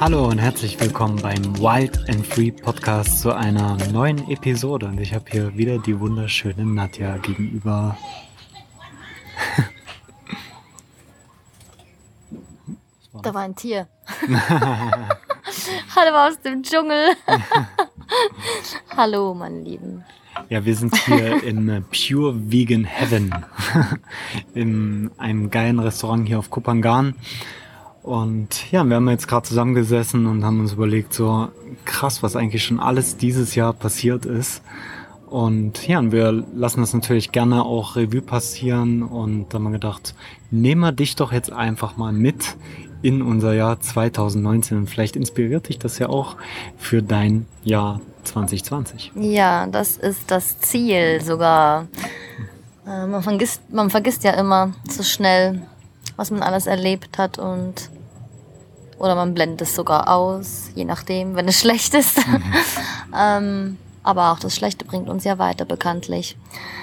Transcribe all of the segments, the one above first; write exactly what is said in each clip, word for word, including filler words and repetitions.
Hallo und herzlich willkommen beim Wild and Free Podcast zu einer neuen Episode. Und ich habe hier wieder die wunderschöne Nadja gegenüber. Da war ein Tier. Hallo aus dem Dschungel. Hallo, meine Lieben. Ja, wir sind hier im Pure Vegan Heaven. In einem geilen Restaurant hier auf Koh Phangan. Und ja, wir haben jetzt gerade zusammengesessen und haben uns überlegt, so krass, was eigentlich schon alles dieses Jahr passiert ist. Und ja, und wir lassen das natürlich gerne auch Revue passieren und da haben wir gedacht, nehmen wir dich doch jetzt einfach mal mit in unser Jahr zwanzig neunzehn und vielleicht inspiriert dich das ja auch für dein Jahr zwanzig zwanzig. Ja, das ist das Ziel sogar. Äh, man vergisst, man vergisst ja immer so schnell, was man alles erlebt hat und oder man blendet es sogar aus, je nachdem, wenn es schlecht ist. Mhm. ähm, aber auch das Schlechte bringt uns ja weiter, bekanntlich.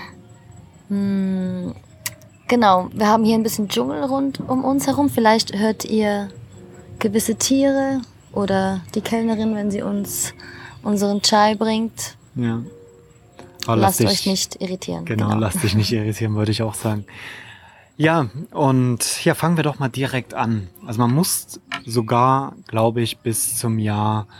Hm, genau, wir haben hier ein bisschen Dschungel rund um uns herum. Vielleicht hört ihr gewisse Tiere oder die Kellnerin, wenn sie uns unseren Chai bringt. Ja. Oh, lasst dich, euch nicht irritieren. Genau, genau, lasst dich nicht irritieren, würde ich auch sagen. Ja, und ja, fangen wir doch mal direkt an. Also man muss sogar, glaube ich, bis zum Jahr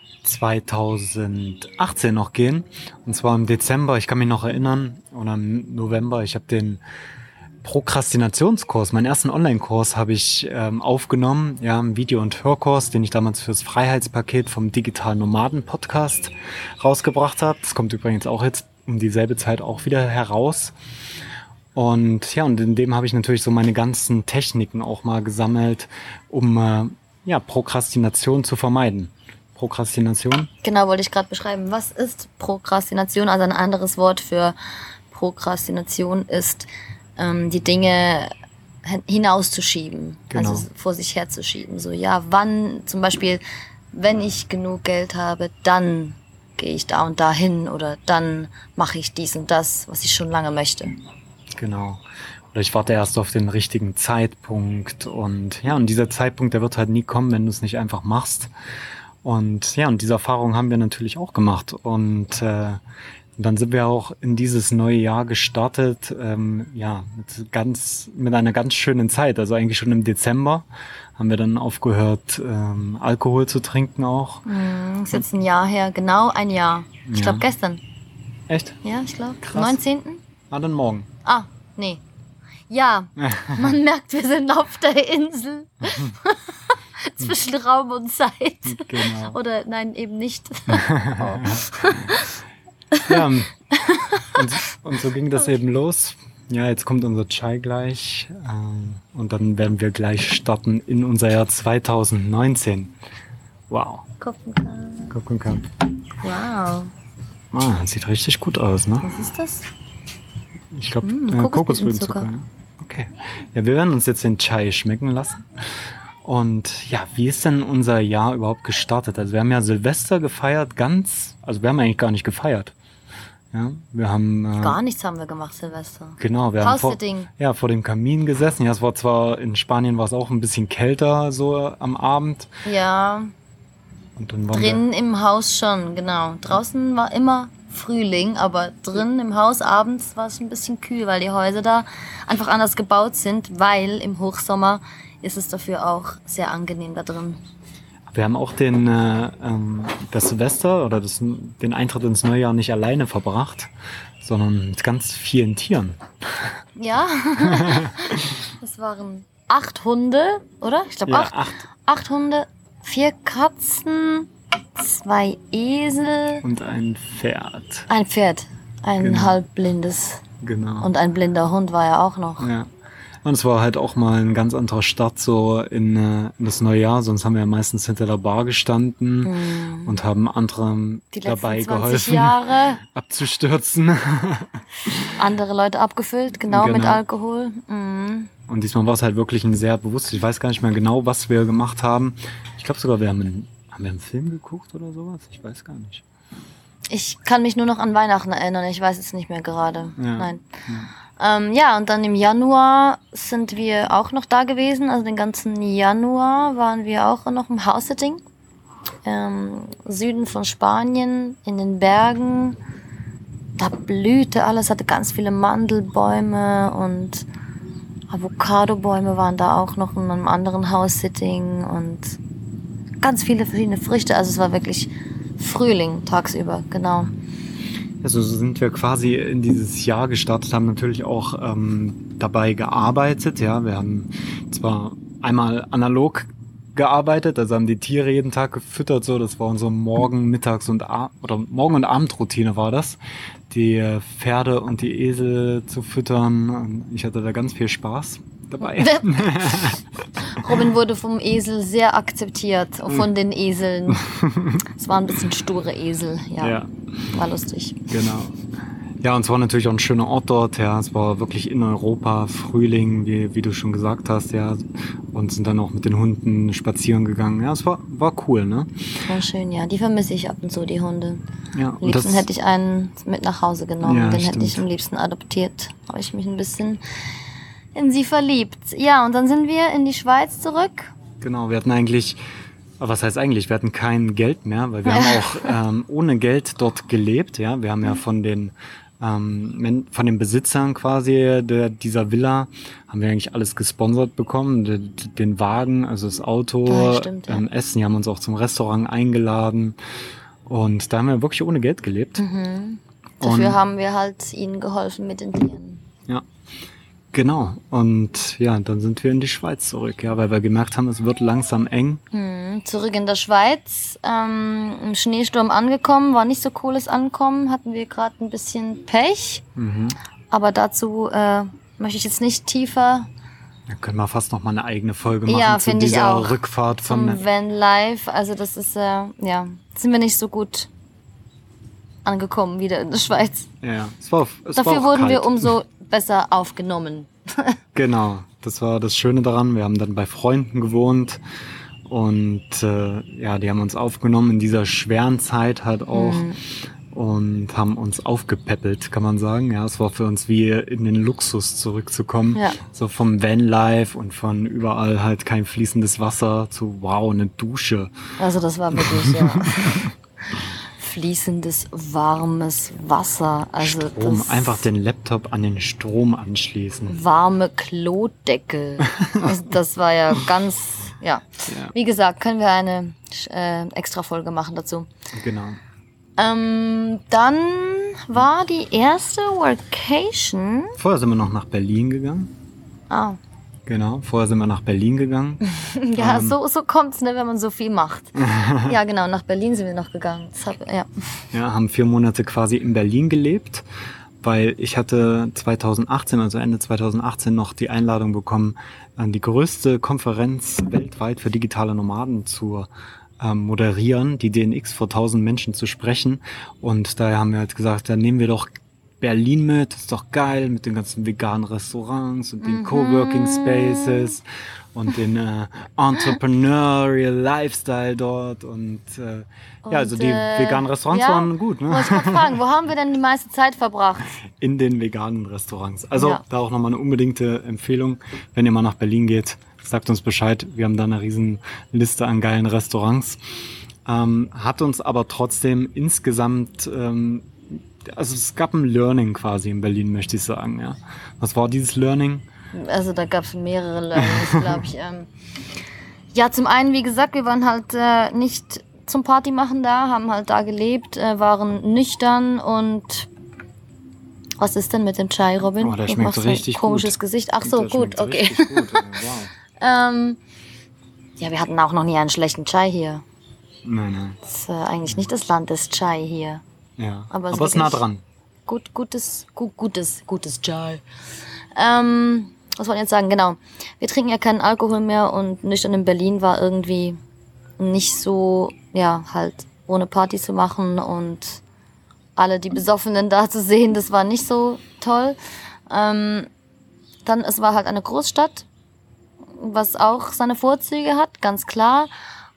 zwanzig achtzehn noch gehen. Und zwar im Dezember, ich kann mich noch erinnern, oder im November, ich habe den Prokrastinationskurs, meinen ersten Online-Kurs habe ich ähm, aufgenommen, ja, einen Video- und Hörkurs, den ich damals fürs Freiheitspaket vom Digital Nomaden Podcast rausgebracht habe. Das kommt übrigens auch jetzt um dieselbe Zeit auch wieder heraus. Und ja, und in dem habe ich natürlich so meine ganzen Techniken auch mal gesammelt, um äh, ja, Prokrastination zu vermeiden. Prokrastination? Genau, wollte ich gerade beschreiben. Was ist Prokrastination? Also ein anderes Wort für Prokrastination ist, ähm, die Dinge hinauszuschieben, genau. Also vor sich herzuschieben. So, ja, wann, zum Beispiel, wenn ich genug Geld habe, dann gehe ich da und da hin oder dann mache ich dies und das, was ich schon lange möchte. Genau. Oder ich warte erst auf den richtigen Zeitpunkt und ja, und dieser Zeitpunkt, der wird halt nie kommen, wenn du es nicht einfach machst. Und ja, und diese Erfahrung haben wir natürlich auch gemacht und äh, dann sind wir auch in dieses neue Jahr gestartet, ähm, ja, mit ganz, mit einer ganz schönen Zeit. Also eigentlich schon im Dezember haben wir dann aufgehört, ähm, Alkohol zu trinken auch. Mm, ist jetzt ein Jahr her, genau ein Jahr. Ich glaube ja. gestern. Echt? Ja, ich glaube. Krass. neunzehnten Ah, dann morgen. Ah, nee. Ja, man merkt, wir sind auf der Insel. Zwischen Raum und Zeit. Genau. Oder nein, eben nicht. Oh. Ja, und, und so ging das eben los. Ja, jetzt kommt unser Chai gleich. Ähm, und dann werden wir gleich starten in unser Jahr zwanzig neunzehn. Wow. Kopfenkamp. Kopfenkamp. Wow. Ah, das sieht richtig gut aus, ne? Was ist das? Ich glaube, mm, äh, Kokosblütenzucker. Ja. Okay. Ja, wir werden uns jetzt den Chai schmecken lassen. Und ja, wie ist denn unser Jahr überhaupt gestartet? Also wir haben ja Silvester gefeiert, ganz, also wir haben eigentlich gar nicht gefeiert. Ja, wir haben äh, gar nichts haben wir gemacht, Silvester. Genau, wir haben vor, ja, vor dem Kamin gesessen. Ja, es war zwar in Spanien war es auch ein bisschen kälter so am Abend. Ja. Und dann waren drin wir im Haus schon, genau. Draußen war immer Frühling, aber drin im Haus abends war es ein bisschen kühl, weil die Häuser da einfach anders gebaut sind, weil im Hochsommer ist es dafür auch sehr angenehm da drin. Wir haben auch den äh, ähm, das Silvester oder das, den Eintritt ins neue Jahr nicht alleine verbracht, sondern mit ganz vielen Tieren. Ja, das waren acht Hunde, oder? Ich glaube ja, acht, acht. acht Hunde, vier Katzen, zwei Esel. Und ein Pferd. Ein Pferd, ein genau. halbblindes. Genau. Und ein blinder Hund war ja auch noch. Ja. Und es war halt auch mal ein ganz anderer Start so in, äh, in das neue Jahr. Sonst haben wir ja meistens hinter der Bar gestanden mm. und haben anderen Die dabei zwanzig geholfen, Jahre abzustürzen. Andere Leute abgefüllt, genau, genau. mit Alkohol. Mm. Und diesmal war es halt wirklich ein sehr bewusst. Ich weiß gar nicht mehr genau, was wir gemacht haben. Ich glaube sogar, wir haben einen, haben wir einen Film geguckt oder sowas? Ich weiß gar nicht. Ich kann mich nur noch an Weihnachten erinnern. Ich weiß es nicht mehr gerade. Ja. Nein. Ja. Ähm, ja, und dann im Januar sind wir auch noch da gewesen. Also den ganzen Januar waren wir auch noch im House-Sitting. ähm, Süden von Spanien, in den Bergen. Da blühte alles, hatte ganz viele Mandelbäume und Avocadobäume waren da auch noch in einem anderen House-Sitting und ganz viele verschiedene Früchte. Also es war wirklich Frühling tagsüber, genau. Also so sind wir quasi in dieses Jahr gestartet, haben natürlich auch ähm, dabei gearbeitet. Ja, wir haben zwar einmal analog gearbeitet, also haben die Tiere jeden Tag gefüttert. So, das war unsere Morgen-, Mittags- und Ab- oder Morgen- und Abendroutine war das, die Pferde und die Esel zu füttern. Und ich hatte da ganz viel Spaß dabei. Robin wurde vom Esel sehr akzeptiert, von den Eseln. Es waren ein bisschen sture Esel, ja. Ja. War lustig. Genau. Ja, und es war natürlich auch ein schöner Ort dort, ja. Es war wirklich in Europa, Frühling, wie, wie du schon gesagt hast, ja. Und sind dann auch mit den Hunden spazieren gegangen. Ja, es war, war cool, ne? War schön, ja. Die vermisse ich ab und zu, die Hunde. Ja, am liebsten hätte ich einen mit nach Hause genommen. Ja, Den stimmt. hätte ich am liebsten adoptiert. Habe ich mich ein bisschen in sie verliebt. Ja, und dann sind wir in die Schweiz zurück. Genau, wir hatten eigentlich, was heißt eigentlich, wir hatten kein Geld mehr, weil wir haben auch ähm, ohne Geld dort gelebt, ja. Wir haben ja von den ähm, von den Besitzern quasi der, dieser Villa haben wir eigentlich alles gesponsert bekommen, den, den Wagen, also das Auto, Ja, stimmt, ja. ähm, Essen, die haben uns auch zum Restaurant eingeladen und da haben wir wirklich ohne Geld gelebt. Mhm. Dafür Und- haben wir halt ihnen geholfen mit den Tieren. Ja, genau. Und ja, dann sind wir in die Schweiz zurück, ja, weil wir gemerkt haben, es wird langsam eng. Mhm. Zurück in der Schweiz, ähm, im Schneesturm angekommen, war nicht so cooles Ankommen, hatten wir gerade ein bisschen Pech. Mhm. Aber dazu äh, möchte ich jetzt nicht tiefer Da können wir fast noch mal eine eigene Folge machen Ja, zu finde ich dieser auch. Rückfahrt zum von. Vanlife. Also das ist, äh, ja, sind wir nicht so gut angekommen wieder in der Schweiz. Ja, es war, es Dafür war auch wurden kalt. wir umso besser aufgenommen. Genau, das war das Schöne daran. Wir haben dann bei Freunden gewohnt und äh, ja, die haben uns aufgenommen in dieser schweren Zeit halt auch Mhm. und haben uns aufgepäppelt, kann man sagen. Ja, es war für uns wie in den Luxus zurückzukommen. Ja. So vom Vanlife und von überall halt kein fließendes Wasser zu wow, eine Dusche. Also das war wirklich, ja, fließendes, warmes Wasser. Also Strom, das einfach den Laptop an den Strom anschließen. warme Klodeckel. Also das war ja ganz, ja. Ja. Wie gesagt, können wir eine äh, extra Folge machen dazu. Genau. Ähm, dann war die erste Workation. Vorher sind wir noch nach Berlin gegangen. Ah, Genau, vorher sind wir nach Berlin gegangen. ja, Ähm. so, so kommt's, ne, wenn man so viel macht. Ja, genau, nach Berlin sind wir noch gegangen. Das hab, ja. Ja, haben vier Monate quasi in Berlin gelebt, weil ich hatte zwanzig achtzehn, also Ende zwanzig achtzehn, noch die Einladung bekommen, an die größte Konferenz weltweit für digitale Nomaden zu ähm, moderieren, die D N X vor tausend Menschen zu sprechen. Und daher haben wir halt gesagt, dann nehmen wir doch Berlin mit, das ist doch geil, mit den ganzen veganen Restaurants und den Coworking Spaces und den äh, Entrepreneurial Lifestyle dort und, äh, ja, also die äh, veganen Restaurants ja, waren gut, ne? Wollte ich gerade fragen, wo haben wir denn die meiste Zeit verbracht? In den veganen Restaurants. Also Ja. da auch nochmal eine unbedingte Empfehlung, wenn ihr mal nach Berlin geht, sagt uns Bescheid, wir haben da eine riesen Liste an geilen Restaurants. Ähm, hat uns aber trotzdem insgesamt ähm, also es gab ein Learning quasi in Berlin, möchte ich sagen, ja. Was war dieses Learning? Also da gab es mehrere Learnings, glaube ich. Ähm, ja, zum einen, wie gesagt, wir waren halt äh, nicht zum Party machen da, haben halt da gelebt, äh, waren nüchtern und was ist denn mit dem Chai, Robin? Oh, der Du schmeckt machst ein richtig komisches gut. Gesicht. Ach so, Der gut, schmeckt okay. richtig gut, wow. Ähm, ja, wir hatten auch noch nie einen schlechten Chai hier. Nein, nein. Das ist äh, eigentlich nicht das Land des Chai hier. Ja. Aber Aber es es ist nah wirklich- dran. Gut, gutes, gut, gutes, gutes Chai. Ähm, was wollte ich jetzt sagen? Genau. Wir trinken ja keinen Alkohol mehr und nüchtern in Berlin war irgendwie nicht so, ja, halt ohne Party zu machen und alle die Besoffenen da zu sehen, das war nicht so toll. Ähm, dann, es war halt eine Großstadt, was auch seine Vorzüge hat, ganz klar.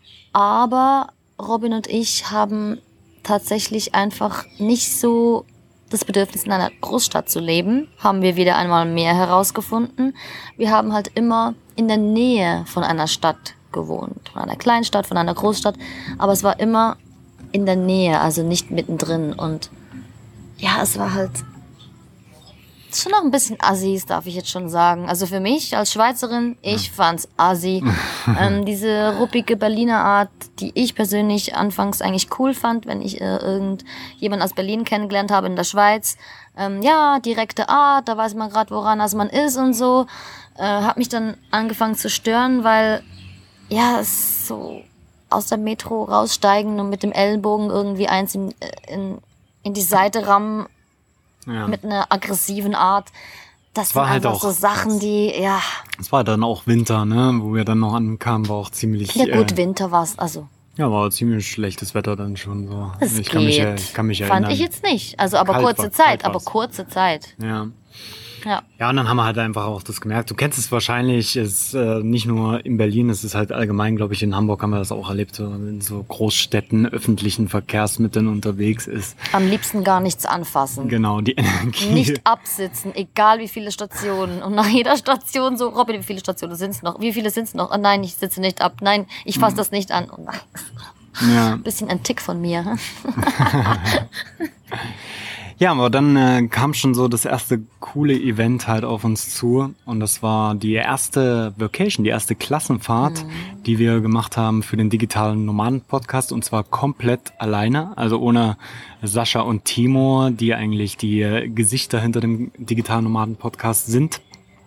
Aber Robin und ich haben tatsächlich einfach nicht so das Bedürfnis, in einer Großstadt zu leben, haben wir wieder einmal mehr herausgefunden. Wir haben halt immer in der Nähe von einer Stadt gewohnt. Von einer Kleinstadt, von einer Großstadt. Aber es war immer in der Nähe, also nicht mittendrin. Und ja, es war halt schon noch ein bisschen Assis, darf ich jetzt schon sagen. Also für mich als Schweizerin, ich fand's Assi. ähm, diese ruppige Berliner Art, die ich persönlich anfangs eigentlich cool fand, wenn ich äh, irgendjemanden aus Berlin kennengelernt habe in der Schweiz. Ähm, ja, direkte Art, da weiß man gerade, woran das man ist und so. Äh, hat mich dann angefangen zu stören, weil ja, es so aus der Metro raussteigen und mit dem Ellenbogen irgendwie eins in, in, in die Seite rammen. Ja. Mit einer aggressiven Art. Das waren halt einfach so Sachen, die, ja. Es war dann auch Winter, ne, wo wir dann noch ankamen, war auch ziemlich... Ja gut, äh, Winter war es, also. Ja, war ziemlich schlechtes Wetter dann schon so. Es ich geht. kann mich, ich kann mich erinnern. Fand ich jetzt nicht. Also aber Kalt kurze war, Zeit, aber war's. kurze Zeit. Ja. Ja. Ja, und dann haben wir halt einfach auch das gemerkt. Du kennst es wahrscheinlich, es ist äh, nicht nur in Berlin, es ist halt allgemein, glaube ich, in Hamburg haben wir das auch erlebt, wenn man in so Großstädten, öffentlichen Verkehrsmitteln unterwegs ist. Am liebsten gar nichts anfassen. Genau, die Energie. Nicht absitzen, egal wie viele Stationen. Und nach jeder Station so, Robin, wie viele Stationen sind es noch? Wie viele sind es noch? Oh nein, ich sitze nicht ab. Nein, ich fasse das nicht an. Oh nein. Ja. Bisschen ein Tick von mir. Ja, aber dann äh, kam schon so das erste coole Event halt auf uns zu und das war die erste Vacation, die erste Klassenfahrt, mhm. die wir gemacht haben für den digitalen Nomaden-Podcast und zwar komplett alleine, also ohne Sascha und Timo, die eigentlich die äh, Gesichter hinter dem digitalen Nomaden-Podcast sind.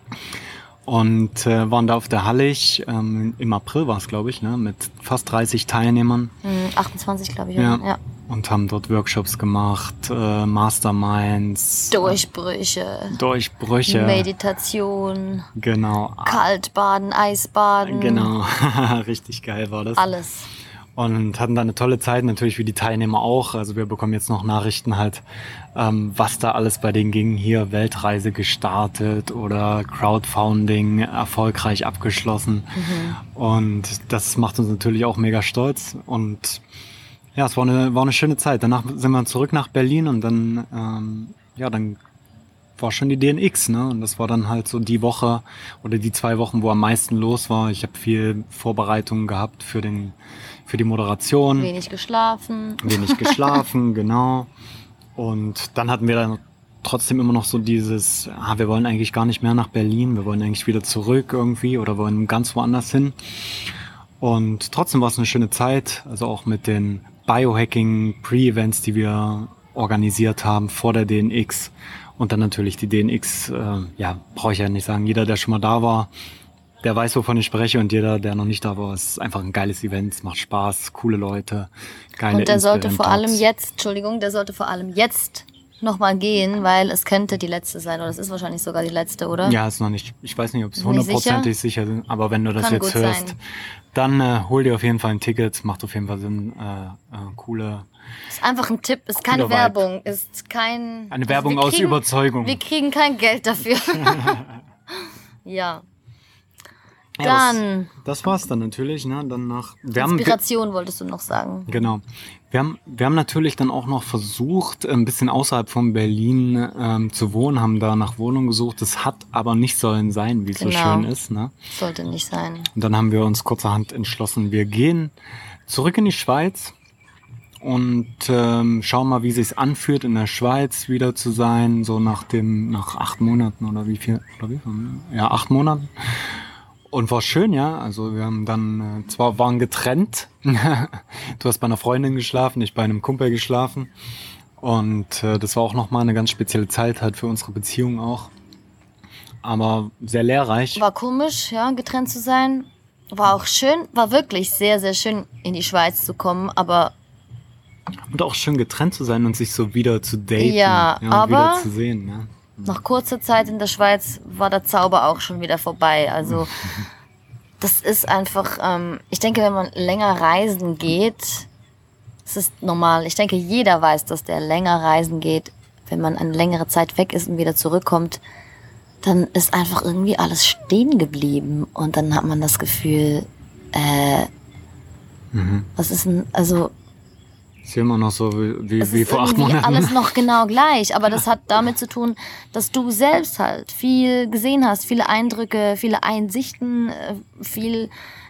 Und äh, waren da auf der Hallig, ähm, im April war es, glaube ich, ne, mit fast dreißig Teilnehmern. Mhm, achtundzwanzig, glaube ich. Ja. ja. Und haben dort Workshops gemacht, äh, Masterminds. Durchbrüche. Durchbrüche. Meditation. Genau. Kaltbaden, Eisbaden. Genau. Richtig geil war das. Alles. Und hatten da eine tolle Zeit, natürlich wie die Teilnehmer auch. Also wir bekommen jetzt noch Nachrichten halt, ähm, was da alles bei denen ging. Hier Weltreise gestartet oder Crowdfunding erfolgreich abgeschlossen. Mhm. Und das macht uns natürlich auch mega stolz. Und ja, es war eine, war eine schöne Zeit. Danach sind wir zurück nach Berlin und dann, ähm, ja, dann war schon die D N X, ne? Und das war dann halt so die Woche oder die zwei Wochen, wo am meisten los war. Ich habe viel Vorbereitungen gehabt für den, für die Moderation. Wenig geschlafen. Wenig geschlafen, genau. Und dann hatten wir dann trotzdem immer noch so dieses, ah, wir wollen eigentlich gar nicht mehr nach Berlin, wir wollen eigentlich wieder zurück irgendwie oder wollen ganz woanders hin. Und trotzdem war es eine schöne Zeit, also auch mit den Biohacking-Pre-Events, die wir organisiert haben vor der D N X. Und dann natürlich die D N X, äh, ja, brauche ich ja nicht sagen, jeder, der schon mal da war, der weiß, wovon ich spreche und jeder, der noch nicht da war, es ist einfach ein geiles Event, es macht Spaß, coole Leute, geile Und der sollte vor Inspirant- allem jetzt, Entschuldigung, der sollte vor allem jetzt nochmal gehen, weil es könnte die letzte sein oder es ist wahrscheinlich sogar die letzte, oder? Ja, ist noch nicht, ich weiß nicht, ob es Nicht hundertprozentig sicher ist, aber wenn du das Kann jetzt gut hörst, sein. dann äh, hol dir auf jeden Fall ein Ticket, macht auf jeden Fall Sinn, äh, äh, coole... Ist einfach ein Tipp, ist keine Cooler Vibe. Werbung, ist kein... Eine Werbung wir aus kriegen, Überzeugung. Wir kriegen kein Geld dafür. Ja. Ja, Dann, das, das war's dann natürlich, ne? Dann nach. Wir haben, Inspiration wolltest du noch sagen. genau. Wir haben, wir haben natürlich dann auch noch versucht, ein bisschen außerhalb von Berlin ähm, zu wohnen, haben da nach Wohnung gesucht. Das hat aber nicht sollen sein, wie es so Genau. schön ist, ne? Sollte nicht sein. Und dann haben wir uns kurzerhand entschlossen, wir gehen zurück in die Schweiz und ähm, schauen mal, wie sich's anfühlt, in der Schweiz wieder zu sein, so nach dem, nach acht Monaten oder wie viel, oder wie viel? Ja, acht Monaten. Und war schön, ja. Also wir haben dann, äh, zwar waren getrennt. Du hast bei einer Freundin geschlafen, ich bei einem Kumpel geschlafen. Und äh, das war auch nochmal eine ganz spezielle Zeit halt für unsere Beziehung auch. Aber sehr lehrreich. War komisch, ja, getrennt zu sein. War auch schön, war wirklich sehr, sehr schön, in die Schweiz zu kommen, aber Und auch schön getrennt zu sein und sich so wieder zu daten. Ja, und aber- wieder zu sehen, ja. nach kurzer Zeit in der Schweiz war der Zauber auch schon wieder vorbei. Also das ist einfach, ähm, ich denke, wenn man länger reisen geht, das ist normal. Ich denke, jeder weiß, dass der länger reisen geht. Wenn man eine längere Zeit weg ist und wieder zurückkommt, dann ist einfach irgendwie alles stehen geblieben. Und dann hat man das Gefühl, äh, Mhm. was ist denn, also Ist ja immer noch so wie, wie, es wie ist vor acht irgendwie Monaten. alles noch genau gleich, aber das hat damit zu tun, dass du selbst halt viel gesehen hast, viele Eindrücke, viele Einsichten, äh, viel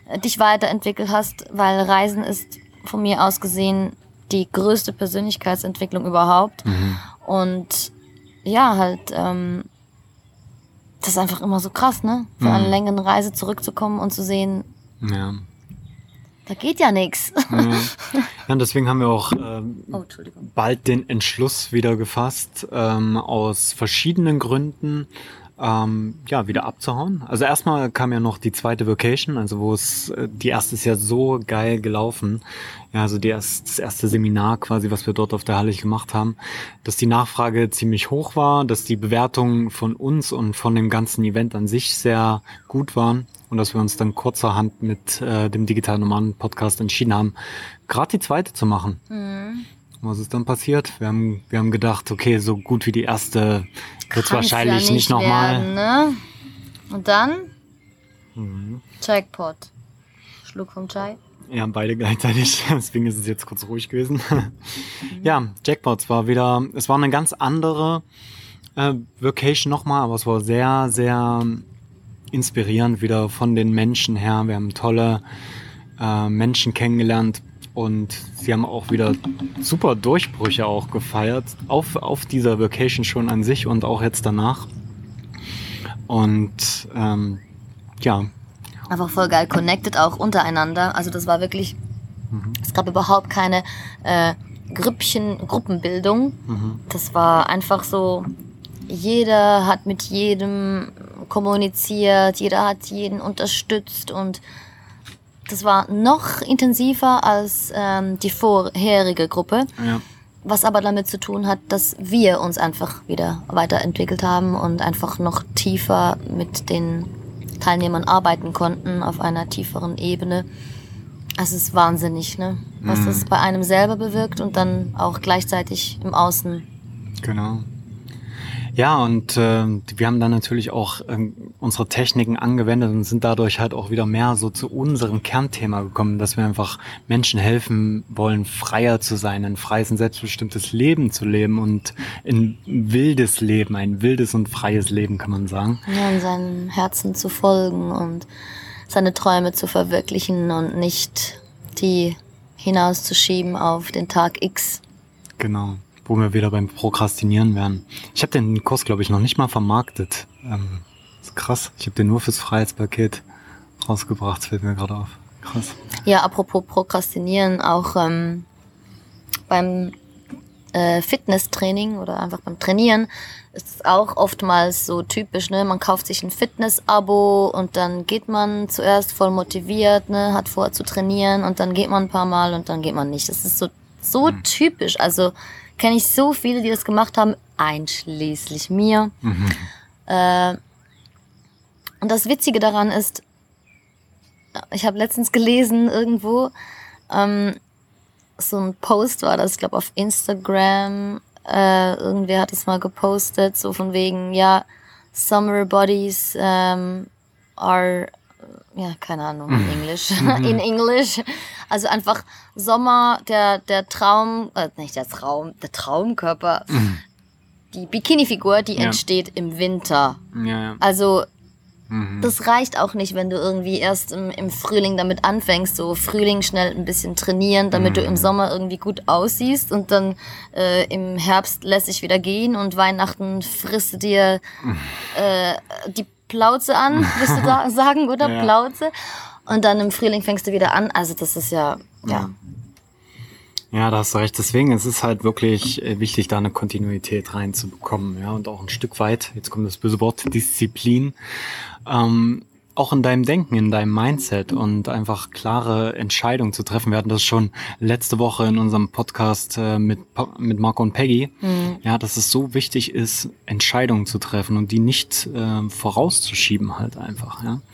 äh, dich weiterentwickelt hast, weil Reisen ist von mir aus gesehen die größte Persönlichkeitsentwicklung überhaupt. Mhm. Und ja, halt, ähm, das ist einfach immer so krass, ne? Für Mhm. eine längere Reise zurückzukommen und zu sehen, Ja. da geht ja nichts. Ja. Ja, und deswegen haben wir auch ähm, Oh, Entschuldigung. bald den Entschluss wieder gefasst, ähm, aus verschiedenen Gründen ähm, ja wieder abzuhauen. Also erstmal kam ja noch die zweite Vacation, also wo es äh, die erste ist ja so geil gelaufen. Ja, also die erst, das erste Seminar quasi, was wir dort auf der Hallig gemacht haben, dass die Nachfrage ziemlich hoch war, dass die Bewertungen von uns und von dem ganzen Event an sich sehr gut waren und dass wir uns dann kurzerhand mit äh, dem Digital Nomaden Podcast entschieden haben, gerade die zweite zu machen. Mhm. Was ist dann passiert? Wir haben, wir haben gedacht, okay, so gut wie die erste wird es Kann's wahrscheinlich ja nicht nochmal. werden, ne? Und dann? Mhm. Jackpot. Schluck vom Chai. Ja, beide gleichzeitig. Deswegen ist es jetzt kurz ruhig gewesen. Ja, Jackpots war wieder, es war eine ganz andere äh, Vacation nochmal, aber es war sehr, sehr inspirierend wieder von den Menschen her. Wir haben tolle äh, Menschen kennengelernt und sie haben auch wieder super Durchbrüche auch gefeiert auf, auf dieser Vacation schon an sich und auch jetzt danach. Und ähm, ja, Einfach voll geil connected auch untereinander. Also das war wirklich, Mhm. es gab überhaupt keine äh, Grüppchen, Gruppenbildung. Mhm. Das war einfach so, jeder hat mit jedem kommuniziert, jeder hat jeden unterstützt und das war noch intensiver als ähm, die vorherige Gruppe. ja. Was aber damit zu tun hat, dass wir uns einfach wieder weiterentwickelt haben und einfach noch tiefer mit den Teilnehmern arbeiten konnten auf einer tieferen Ebene. Also es ist wahnsinnig, ne? Was Mhm. das bei einem selber bewirkt und dann auch gleichzeitig im Außen. Genau. Ja, und äh, wir haben dann natürlich auch ähm, unsere Techniken angewendet und sind dadurch halt auch wieder mehr so zu unserem Kernthema gekommen, dass wir einfach Menschen helfen wollen, freier zu sein, ein freies und selbstbestimmtes Leben zu leben und ein wildes Leben, ein wildes und freies Leben, kann man sagen. Ja, in seinem Herzen zu folgen und seine Träume zu verwirklichen und nicht die hinauszuschieben auf den Tag X. Genau, wo wir wieder beim Prokrastinieren wären. Ich habe den Kurs, glaube ich, noch nicht mal vermarktet. Ähm, ist krass, ich habe den nur fürs Freiheitspaket rausgebracht, fällt mir gerade auf. Krass. Ja, apropos Prokrastinieren, auch ähm, beim äh, Fitnesstraining oder einfach beim Trainieren ist es auch oftmals so typisch, ne? Man kauft sich ein Fitness-Abo und dann geht man zuerst voll motiviert, ne? Hat vor zu trainieren und dann geht man ein paar Mal und dann geht man nicht. Das ist so, so Mhm. typisch. Also kenne ich so viele, die das gemacht haben, einschließlich mir. Mhm. Äh, und das Witzige daran ist, ich habe letztens gelesen irgendwo, ähm, so ein Post war das, ich glaube auf Instagram, äh, irgendwer hat es mal gepostet, so von wegen, ja, summer bodies ähm, are, ja, keine Ahnung, in Englisch, in English, also einfach Sommer, der, der Traum, äh, nicht der Traum, der Traumkörper, die Bikini-Figur, die Ja. entsteht im Winter. Ja, ja. Also Mhm. das reicht auch nicht, wenn du irgendwie erst im, im Frühling damit anfängst, so Frühling schnell ein bisschen trainieren, damit du im Sommer irgendwie gut aussiehst und dann äh, im Herbst lässt sich wieder gehen und Weihnachten frisst du dir äh, die Plauze an, wirst du da sagen, oder? Ja. Plauze. Und dann im Frühling fängst du wieder an. Also das ist ja, ja. Ja, da hast du recht. Deswegen es ist halt wirklich äh, wichtig, da eine Kontinuität reinzubekommen. Ja, und auch ein Stück weit, jetzt kommt das böse Wort, Disziplin, ähm, auch in deinem Denken, in deinem Mindset und einfach klare Entscheidungen zu treffen. Wir hatten das schon letzte Woche in unserem Podcast äh, mit, Pa- mit Marco und Peggy. Ja, dass es so wichtig ist, Entscheidungen zu treffen und die nicht äh, vorauszuschieben halt einfach, ja.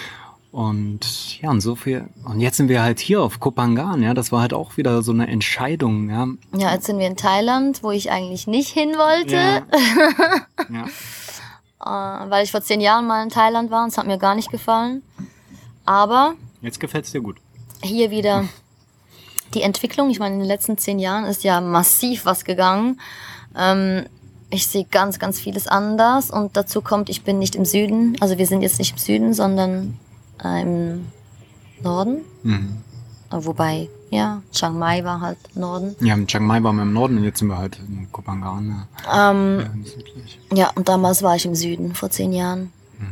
Und ja, und so viel. Und jetzt sind wir halt hier auf Koh Phangan, ja. Das war halt auch wieder so eine Entscheidung, ja. Ja, jetzt sind wir in Thailand, wo ich eigentlich nicht hin wollte, Ja. ja. äh, weil ich vor zehn Jahren mal in Thailand war und es hat mir gar nicht gefallen. Aber Jetzt gefällt's dir gut. hier wieder die Entwicklung. Ich meine, in den letzten zehn Jahren ist ja massiv was gegangen. Ähm, ich sehe ganz, ganz vieles anders. Und dazu kommt, ich bin nicht im Süden. Also wir sind jetzt nicht im Süden, sondern äh, im Norden. Mhm. Wobei, ja, Chiang Mai war halt Norden. Ja, in Chiang Mai waren wir im Norden und jetzt sind wir halt in Kopangan. Ja, Ähm, ja, südlich. ja, und damals war ich im Süden, vor zehn Jahren.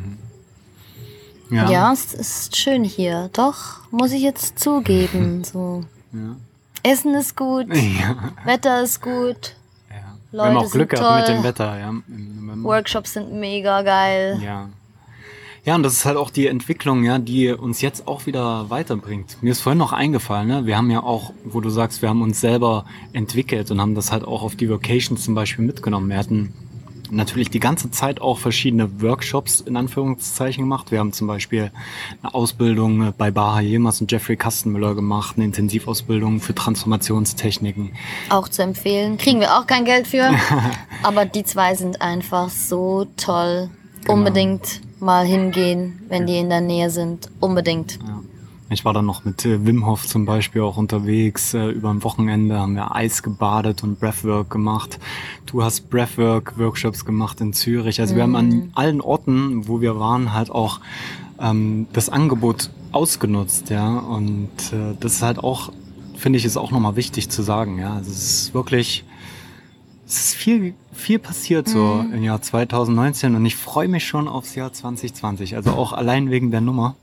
Ja. Ja, es ist schön hier. Doch, muss ich jetzt zugeben. So. Ja. Essen ist gut, Ja. Wetter ist gut, Ja. Wir Leute haben auch Glück sind gehabt toll. mit dem Wetter, ja. Im November. Workshops sind mega geil. Ja. Ja, und das ist halt auch die Entwicklung, ja, die uns jetzt auch wieder weiterbringt. Mir ist vorhin noch eingefallen, ne? Wir haben ja auch, wo du sagst, wir haben uns selber entwickelt und haben das halt auch auf die Vocations zum Beispiel mitgenommen. Wir hatten natürlich die ganze Zeit auch verschiedene Workshops in Anführungszeichen gemacht. Wir haben zum Beispiel eine Ausbildung bei Baha Yilmaz und Jeffrey Kastenmüller gemacht, eine Intensivausbildung für Transformationstechniken. Auch zu empfehlen. Kriegen wir auch kein Geld für. Aber die zwei sind einfach so toll. Genau. Unbedingt mal hingehen, wenn die in der Nähe sind. Unbedingt. Ja. Ich war dann noch mit äh, Wim Hof zum Beispiel auch unterwegs. Äh, über ein Wochenende haben wir Eis gebadet und Breathwork gemacht. Du hast Breathwork-Workshops gemacht in Zürich. Also wir haben an allen Orten, wo wir waren, halt auch ähm, das Angebot ausgenutzt. Ja. Und äh, das ist halt auch, finde ich, ist auch nochmal wichtig zu sagen. Ja. Also es ist wirklich... Es ist viel, viel passiert so Mhm. im Jahr zwanzig neunzehn und ich freue mich schon aufs Jahr zwanzig zwanzig. Also auch allein wegen der Nummer.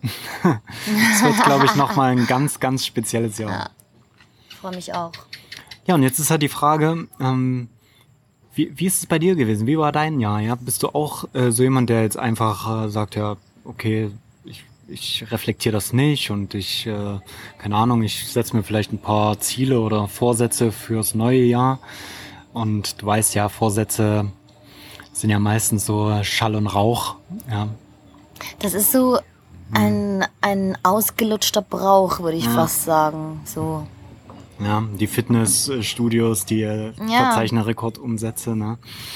Es wird, glaube ich, nochmal ein ganz, ganz spezielles Jahr. Ja. Ich freue mich auch. Ja, und jetzt ist halt die Frage, ähm, wie, wie ist es bei dir gewesen? Wie war dein Jahr? Ja? Bist du auch äh, so jemand, der jetzt einfach äh, sagt, ja, okay, ich, ich reflektiere das nicht und ich, äh, keine Ahnung, ich setze mir vielleicht ein paar Ziele oder Vorsätze fürs neue Jahr. Und du weißt ja, Vorsätze sind ja meistens so Schall und Rauch. Ja, Das ist so ein, ein ausgelutschter Brauch, würde ich Ja. fast sagen. So. ja die Fitnessstudios, die äh, Ja. verzeichnen Rekordumsätze. Ne?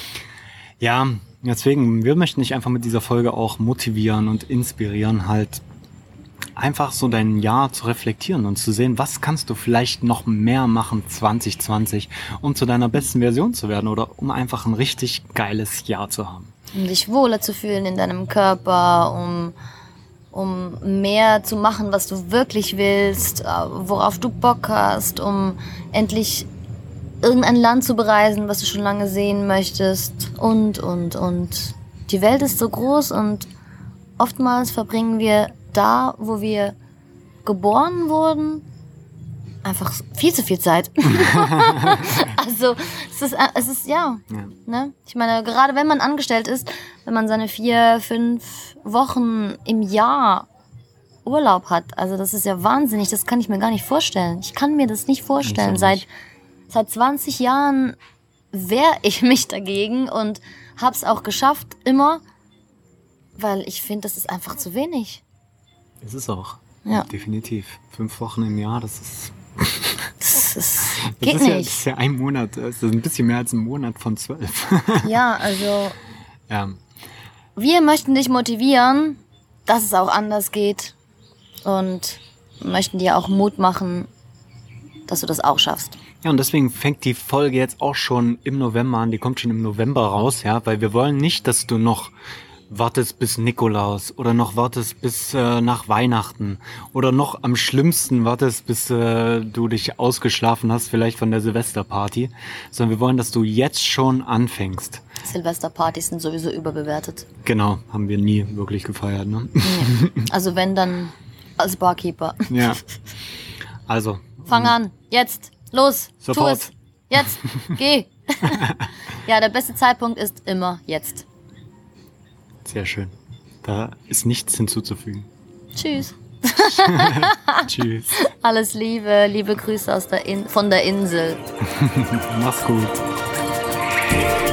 Ja, deswegen, wir möchten dich einfach mit dieser Folge auch motivieren und inspirieren, halt einfach so dein Jahr zu reflektieren und zu sehen, was kannst du vielleicht noch mehr machen zwanzig zwanzig, um zu deiner besten Version zu werden oder um einfach ein richtig geiles Jahr zu haben. Um dich wohler zu fühlen in deinem Körper, um, um mehr zu machen, was du wirklich willst, äh, worauf du Bock hast, um endlich irgendein Land zu bereisen, was du schon lange sehen möchtest und, und, und. Die Welt ist so groß und oftmals verbringen wir da, wo wir geboren wurden, einfach viel zu viel Zeit. Also es ist, es ist ja, Ja. ne? Ich meine, gerade wenn man angestellt ist, wenn man seine vier, fünf Wochen im Jahr Urlaub hat, also das ist ja wahnsinnig, das kann ich mir gar nicht vorstellen. Ich kann mir das nicht vorstellen. Ich auch nicht. Seit, seit zwanzig Jahren wehre ich mich dagegen und hab's auch geschafft, immer, weil ich finde, das ist einfach zu wenig. Es ist auch. Ja. Definitiv. Fünf Wochen im Jahr, das ist... Das, ist, Das geht ist ja, das nicht. ist ja ein Monat. Das ist ein bisschen mehr als ein Monat von zwölf. Ja, also Ja. wir möchten dich motivieren, dass es auch anders geht und möchten dir auch Mut machen, dass du das auch schaffst. Ja, und deswegen fängt die Folge jetzt auch schon im November an. Die kommt schon im November raus, ja, weil wir wollen nicht, dass du noch wartest bis Nikolaus oder noch wartest bis äh, nach Weihnachten oder noch am schlimmsten wartest, bis äh, du dich ausgeschlafen hast, vielleicht von der Silvesterparty, sondern wir wollen, dass du jetzt schon anfängst. Silvesterpartys sind sowieso überbewertet. Genau, haben wir nie wirklich gefeiert, ne? Also wenn, dann als Barkeeper. Ja. Also, Fang an, jetzt, los, Sofort. tu es, jetzt, geh. Ja, der beste Zeitpunkt ist immer jetzt. sehr schön. Da ist nichts hinzuzufügen. Tschüss. Tschüss. Alles Liebe, liebe Grüße aus der In- von der Insel. Mach's gut.